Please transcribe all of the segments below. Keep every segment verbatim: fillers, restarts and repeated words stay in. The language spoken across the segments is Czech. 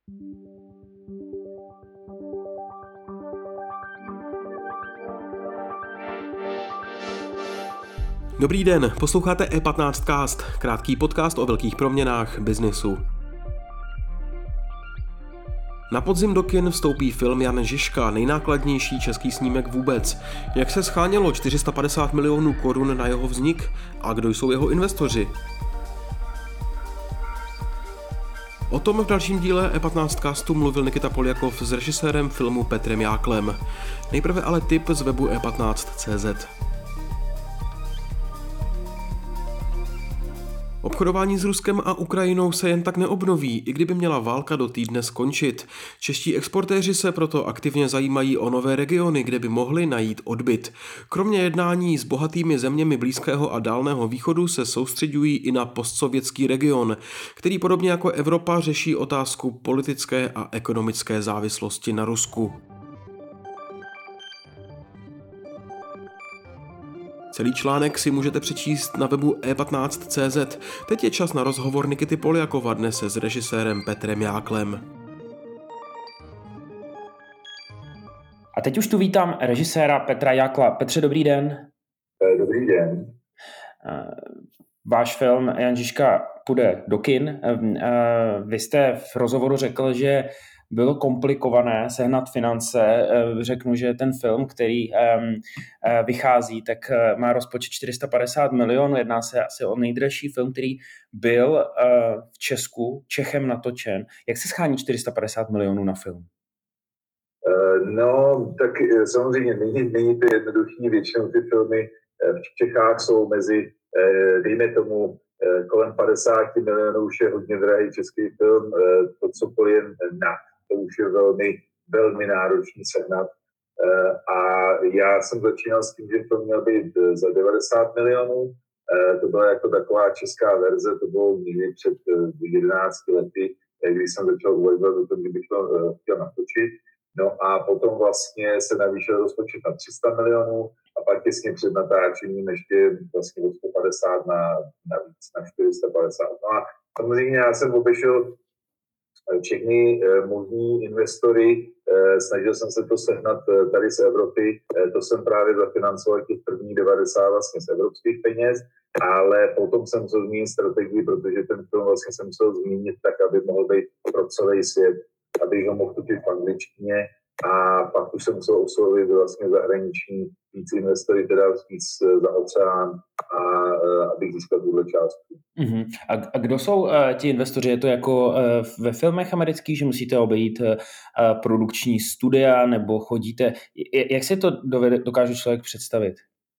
Dobrý den, posloucháte E patnáct Cast, krátký podcast o velkých proměnách biznisu. Na podzim do kin vstoupí film Jan Žižka, nejnákladnější český snímek vůbec. Jak se schánělo čtyři sta padesát milionů korun na jeho vznik a kdo jsou jeho investoři? O tom v dalším díle E patnáct Castu mluvil Nikita Poljakov s režisérem filmu Petrem Jáklem. Nejprve ale tip z webu E patnáct tečka cé zet. Obchodování s Ruskem a Ukrajinou se jen tak neobnoví, i kdyby měla válka do týdne skončit. Čeští exportéři se proto aktivně zajímají o nové regiony, kde by mohli najít odbyt. Kromě jednání s bohatými zeměmi Blízkého a Dálného východu se soustřeďují i na postsovětský region, který podobně jako Evropa řeší otázku politické a ekonomické závislosti na Rusku. Celý článek si můžete přečíst na webu E patnáct tečka cé zet. Teď je čas na rozhovor Nikity Poljakova dnes s režisérem Petrem Jáklem. A teď už tu vítám režiséra Petra Jákla. Petře, dobrý den. Dobrý den. Váš film Jan Žižka půjde do kin. Vy jste v rozhovoru řekl, že bylo komplikované sehnat finance. Řeknu, že ten film, který vychází, tak má rozpočet čtyři sta padesát milionů. Jedná se asi o nejdražší film, který byl v Česku Čechem natočen. Jak se schání čtyři sta padesát milionů na film? No, tak samozřejmě není, není to jednoduchý. Většinou ty filmy v Čechách jsou mezi, dejme tomu, kolem padesát milionů, už je hodně drahý český film. To, co pojen nad, to už je velmi, velmi náročný sehnat. A já jsem začínal s tím, že to měl být za devadesát milionů. To byla jako taková česká verze, to bylo někdy před jedenácti lety, když jsem začal uvažovat o tom, že bych to chtěl natočit. No a potom vlastně se navýšil rozpočet na tři sta milionů a pak těsně před natáčením ještě vlastně o sto padesát na, na víc, na čtyři sta padesát. No a samozřejmě já jsem obešel všechny možný investory, snažil jsem se to sehnat tady z Evropy, to jsem právě zafinancoval těch prvních devadesát vlastně z evropských peněz, ale potom jsem musel změnit strategii, protože ten film vlastně jsem musel změnit tak, aby mohl být pro celý svět, abych ho mohl točit v angličtině a pak už jsem musel oslovit vlastně zahraniční víc investory, teda víc za oceán a abych získal tuhle částku. Uh-huh. A, a kdo jsou uh, ti investoři? Je to jako uh, ve filmech amerických, že musíte obejít uh, produkční studia nebo chodíte? J- jak si to dovede, dokáže člověk představit?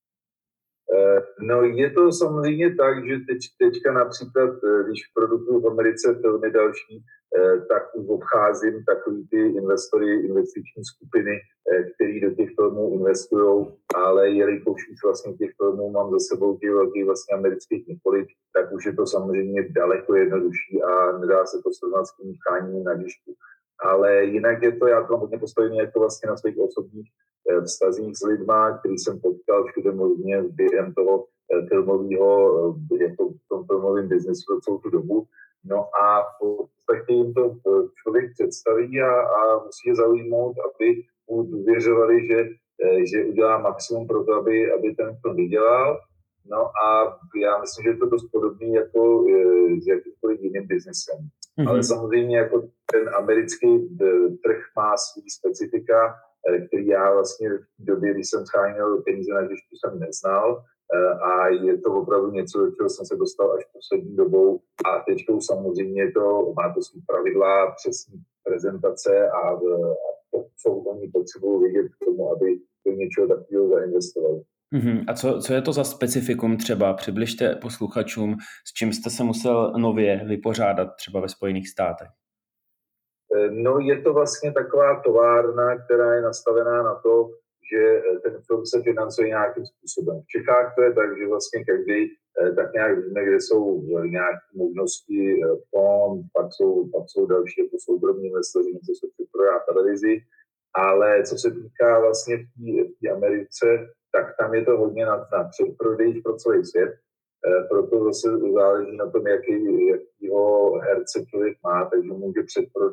No je to samozřejmě tak, že teď, teďka například, když produkuju v Americe filmy další, tak už obcházím takový ty investory, investiční skupiny, který do těch filmů investují, ale jelikož už vlastně těch filmů mám za sebou těch velkých vlastně amerických několik, tak už je to samozřejmě daleko jednodušší a nedá se to srovnat s tím cháním na Žižku. Ale jinak je to, já to mám hodně postavený jako vlastně na svých osobních vztazích s lidma, který jsem potkal všude možně během toho filmového, jako v tom filmovém biznesu celou tu dobu. No a v podstatě jim to člověk představí a, a musí je zaujmout, aby mu důvěřovali, že, že udělá maximum pro to, aby, aby ten film vydělal. No a já myslím, že je to dost podobný jako s jakýmkoliv jiným biznesem. Mm-hmm. Ale samozřejmě jako ten americký trh má svý specifika, který já vlastně v té době, když jsem scháněl peníze na Žižku, jsem neznal. A je to opravdu něco, do čeho jsem se dostal až poslední dobou. A teď samozřejmě to má to svý pravidla, přesný prezentace a, a to, co oni potřebují vědět k tomu, aby do něčeho takového zainvestovali. Uhum. A co, co je to za specifikum třeba? Přibližte posluchačům, s čím jste se musel nově vypořádat třeba ve Spojených státech. No je to vlastně taková továrna, která je nastavená na to, že ten film se financuje nějakým způsobem. V Čechách to je tak, že vlastně každý tak nějak víme, kde jsou nějaké možnosti fond, pak jsou, pak jsou další jako soukromí investoři, něco se předprodá televizi, ale co se týká vlastně v té Americe, tak tam je to hodně na, na předprodej pro celý svět. Proto zase záleží na tom, jaký, jakýho herce člověk má, takže může předprodat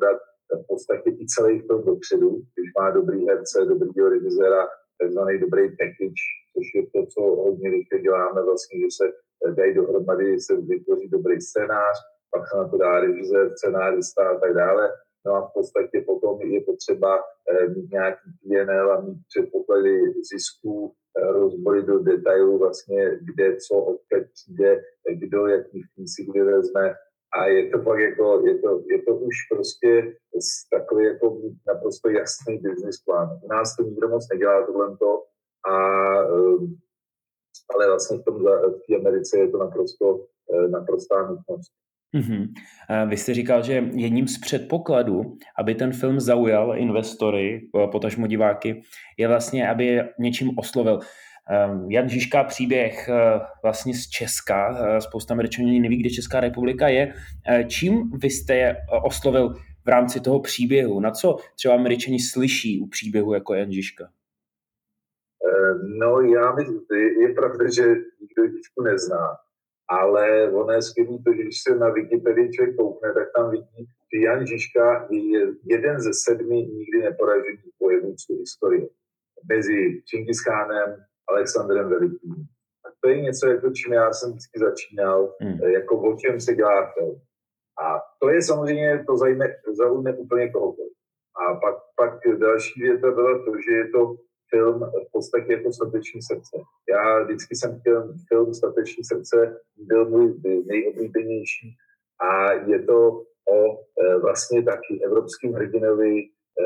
v podstatě i celý film dopředu, když má dobrý herce, dobrýho režiséra, takzvaný dobrý package, což je to, co hodně teď děláme vlastně, že se dají dohromady, se vytvoří dobrý scénář, pak se na to dá režisér, scenárista a tak dále. No a v podstatě potom je potřeba mít nějaký P and L a mít předpoklady zisků, rozbory do detailu vlastně, kde co odkud přijde, kdo jaký físi kde vezme. A je to pak jako, je to, je to už prostě takový jako naprosto jasný business plán. U nás to nikdo moc nedělá tohleto, a, ale vlastně v tom v té Americe je to naprosto, naprostá nutnost. Mm-hmm. Vy jste říkal, že jedním z předpokladů, aby ten film zaujal investory, potažmo diváky, je vlastně, aby něčím oslovil. Jan Žižka, příběh vlastně z Česka, spousta Američanů neví, kde Česká republika je. Čím vy jste je oslovil v rámci toho příběhu? Na co třeba Američani slyší u příběhu jako Jan Žižka? No já myslím, je pravda, že nikdo Žižku nezná, ale ono je skvělý to, že když se na Wikipedii člověk koukne, tak tam vidí, že Jan Žižka je jeden ze sedmi nikdy neporažených vojevůdců historie. Mezi Čingischánem, Alexandrem Velikým. A to je něco, jako čím já jsem vždycky začínal, hmm. jako o čem se dělá film. A to je samozřejmě, to zaujme, zaujme úplně kohokoliv. A pak, pak další věta byla to, že je to film v podstatě jako Stateční srdce. Já vždycky jsem chtěl film Stateční srdce, byl můj nejoblíbenější a je to o vlastně taky evropským hrdinovi.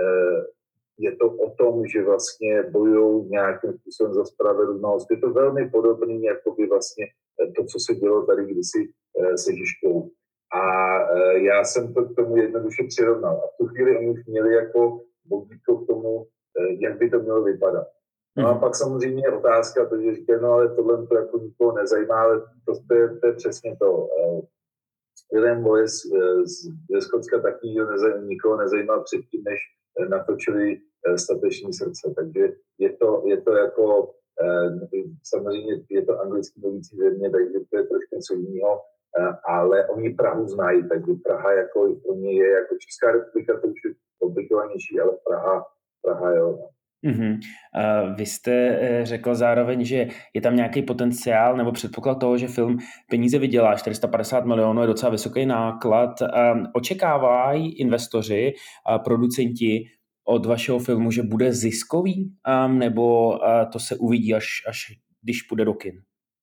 Je to o tom, že vlastně bojují nějakým způsobem za spravedlnost. Je to velmi podobný, jako by vlastně to, co se dělo tady kdysi se Žižkou. A já jsem to k tomu jednoduše přirovnal. A v tu chvíli oni měli jako vodítko k tomu, jak by to mělo vypadat. No a pak samozřejmě je otázka, protože říkají, no ale tohle to jako nikoho nezajímá, ale to, to, je, to je přesně to. William Wallace ze Skotska taky nikoho nezajímal předtím, než natočili Stateční srdce. Takže je to, je to jako, samozřejmě je to anglicky mluvící země, takže to je trošku něco jiného, ale oni Prahu znají, takže Praha jako pro ně je, jako Česká republika to už je komplikovanější, ale Praha, Praha jo. Mm-hmm. Vy jste řekl zároveň, že je tam nějaký potenciál nebo předpoklad toho, že film peníze vydělá, čtyři sta padesát milionů je docela vysoký náklad. Očekávají investoři a producenti od vašeho filmu, že bude ziskový, nebo to se uvidí, až, až když půjde do kin?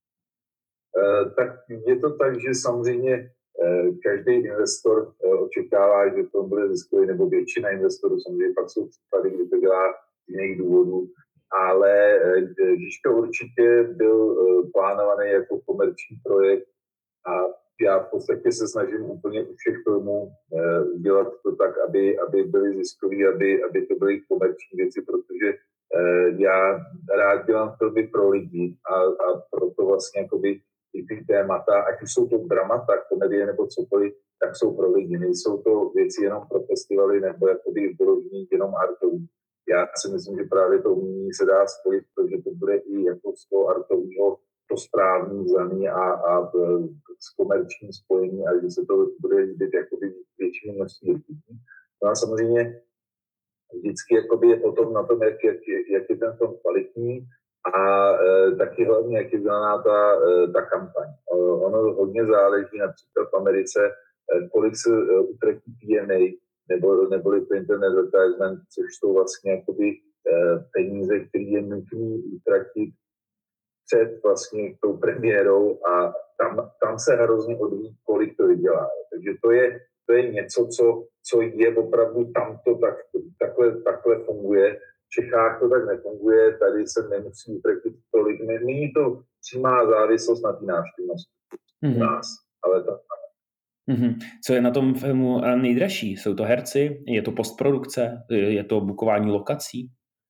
Tak je to tak, že samozřejmě každý investor očekává, že to bude ziskový, nebo většina investorů, samozřejmě pak jsou případy, kdy to dělá z jiných důvodů, ale Žižka určitě byl plánovaný jako komerční projekt a já v podstatě se snažím úplně u všech filmů udělat to tak, aby, aby byly ziskový, aby, aby to byly komerční věci, protože já rád dělám filmy pro lidi a, a proto vlastně jakoby i ty témata, ať už jsou to dramata, komedie nebo cokoliv, tak jsou pro lidi. Nejsou to věci jenom pro festivaly nebo jakoby vyložení jenom artový. Já si myslím, že právě to umění se dá spojit, protože to bude i jako z toho artového to správný vzaný a, a s komerčním spojení a že se to bude líbit jakoby většině množství lidí. No a samozřejmě vždycky jakoby je potom na tom, jak, jak, jak je ten film kvalitní a e, taky hlavně, jak je daná ta, e, ta kampaň. E, ono hodně záleží například v Americe, e, kolik se e, utratí P M A, nebo, neboli printed advertisement, což jsou vlastně jakoby e, peníze, které je nutné utratit před vlastně tou premiérou a tam, tam se hrozně odvíjí, kolik to vydělá. Takže to je, to je něco, co, co je opravdu tamto tak, takhle, takhle funguje. V Čechách to tak nefunguje, tady se nemusí utratit tolik. Není to přímá závislost na té návštěvnosti mm-hmm. u nás, ale to Mm-hmm. Co je na tom filmu nejdražší? Jsou to herci? Je to postprodukce? Je to bukování lokací?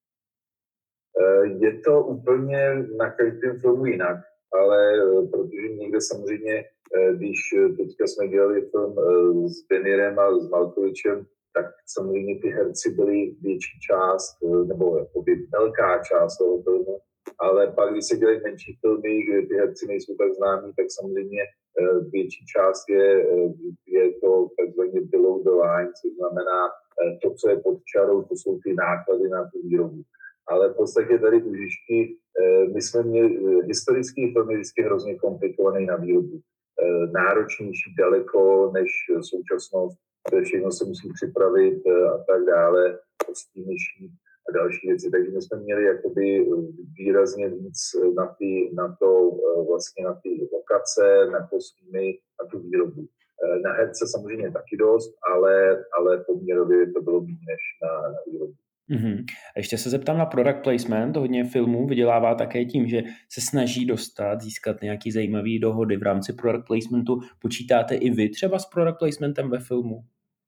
Je to úplně na každém filmu jinak, ale protože někde samozřejmě, když teďka jsme dělali film s Denirem a s Malkovičem, tak samozřejmě ty herci byli větší část, nebo jakoby velká část toho filmu, ale pak, když se dělají menší filmy, kde ty herci nejsou tak známí, tak samozřejmě větší část je, je to takzvaně below the line, což znamená to, co je pod čarou, to jsou ty náklady na tu výrobu. Ale v podstatě tady u Žižky my jsme měli historický film je vždycky hrozně komplikovaný na výrobu. Náročnější daleko než současnost, kde všechno se musí připravit a tak dále, kostýmnější a další věci. Takže my jsme měli jakoby výrazně víc na, ty, na to vlastně na ty lokace, na kostýmy, na tu výrobu. Na herce samozřejmě taky dost, ale, ale poměrově to bylo méně než na, na výrobu. Mm-hmm. Ještě se zeptám na product placement. Hodně filmů vydělává také tím, že se snaží dostat, získat nějaký zajímavý dohody v rámci product placementu. Počítáte i vy třeba s product placementem ve filmu?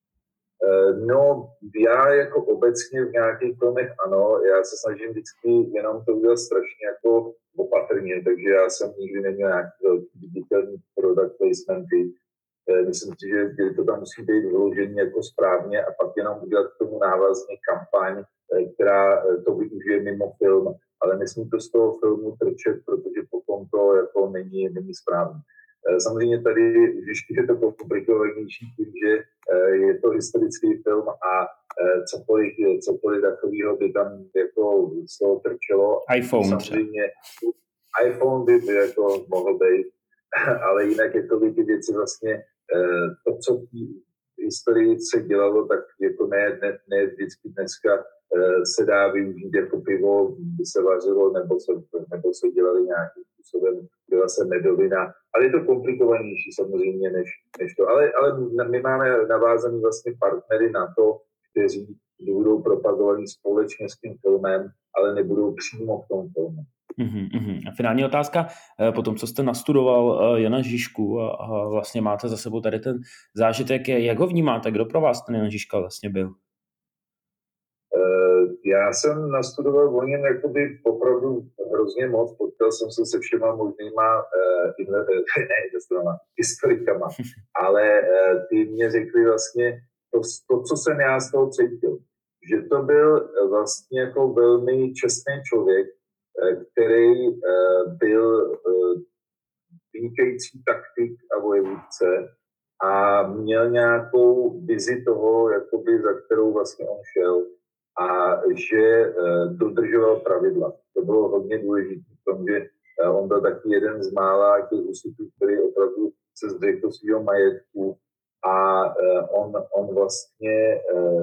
No, já jako obecně v nějakých filmech ano, já se snažím vždycky jenom to udělat strašně jako opatrně, takže já jsem nikdy neměl nějaký velký viditelný product placementy. Myslím si, že to tam musí být vyložené jako správně a pak jenom udělat k tomu návazně kampaň, která to využije mimo film, ale nesmí to z toho filmu trčet, protože potom to jako není, není správně. Samozřejmě tady vždycky je to komplikovanější tím, že je to historický film a cokoliv, cokoliv takového by tam jako z toho trčelo. iPhone samozřejmě iPhone by, by jako mohl být, ale jinak jako by ty věci vlastně to, co v historii se dělalo, tak jako ne, ne, ne vždycky dneska se dá využít jako pivo, by se vařilo, nebo se, nebo se dělali nějakým způsobem, byla se medovina, ale je to komplikovanější samozřejmě než, než to. Ale, ale my máme navázaný vlastně partnery na to, kteří budou propagovaní společně s tím filmem, ale nebudou přímo v tom filmu. Uhum. A finální otázka, po tom, co jste nastudoval Jana Žižku a vlastně máte za sebou tady ten zážitek, jak ho vnímáte, kdo pro vás ten Jan Žižka vlastně byl? Já jsem nastudoval o něm jakoby opravdu hrozně moc, potkal jsem se se všema možnýma ne, historikama, ale ty mě řekli vlastně to, to, co jsem já z toho cítil, že to byl vlastně jako velmi čestný člověk, který byl vynikající taktik a vojevůdce a měl nějakou vizi toho, jakoby, za kterou vlastně on šel a že dodržoval pravidla. To bylo hodně důležité v tom, že on byl taky jeden z mála těch husitů, který opravdu se zřekl svého majetku a on, on vlastně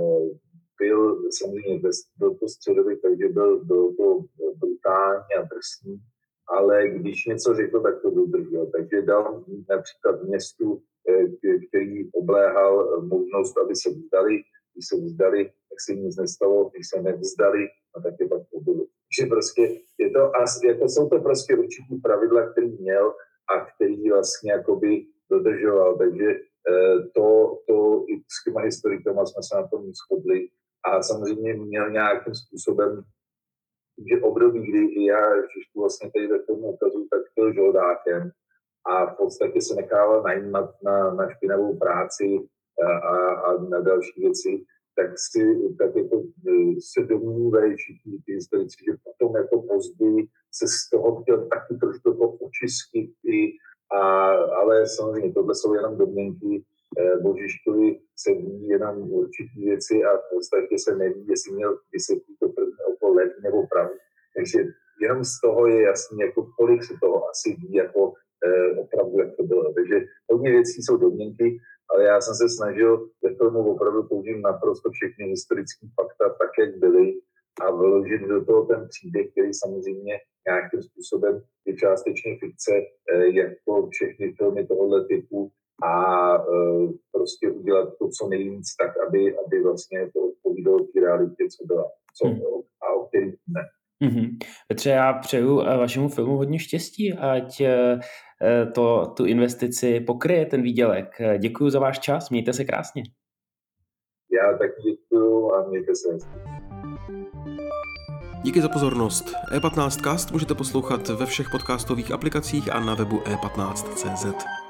byl samozřejmě byl to středověk, takže byl, byl to brutální a drsný, ale když něco řekl, tak to dodržel. Takže dal například městu, který obléhal možnost, aby se vzdali. Když se vzdali, tak se nic nestalo, když se nevzdali, a tak je pak to bylo. Takže prostě je to, jako jsou to prostě určitý pravidla, který měl a který vlastně jakoby dodržoval. Takže to, to i s těma historikama jsme se na tom shodli. A samozřejmě měl nějakým způsobem, že období, kdy i já Žižku vlastně tady ve tomu ukazuju, tak byl žoldákem a v podstatě se nechával najímat na, na špinavou práci a, a na další věci, tak si tak jako se domnívají všichni ty historici, že potom jako později se z toho chtěl taky trošku jako očistit, a, ale samozřejmě tohle jsou jenom domněnky. O Žižkovi se ví jenom určitý věci a v podstatě se neví, jestli měl vysvětlit to první oko levý nebo pravý. Takže jenom z toho je jasný, jako kolik se toho asi ví, jako eh, opravdu, jak to bylo. Takže hodně věcí jsou domněnky, ale já jsem se snažil ve filmu opravdu použít naprosto všechny historické fakta tak, jak byly a vložit do toho ten příběh, který samozřejmě nějakým způsobem je částečně fikce, eh, jako všechny filmy tohoto typu, a e, prostě udělat to, co nejvíc, tak, aby, aby vlastně to odpovídalo té realitě, co byla, co hmm. a o který ne. Mm-hmm. Petře, já přeju vašemu filmu hodně štěstí, ať to, tu investici pokryje ten výdělek. Děkuji za váš čas, mějte se krásně. Já taky děkuju a mějte se hezky. Díky za pozornost. E patnáct Cast můžete poslouchat ve všech podcastových aplikacích a na webu e patnáct tečka cé zet.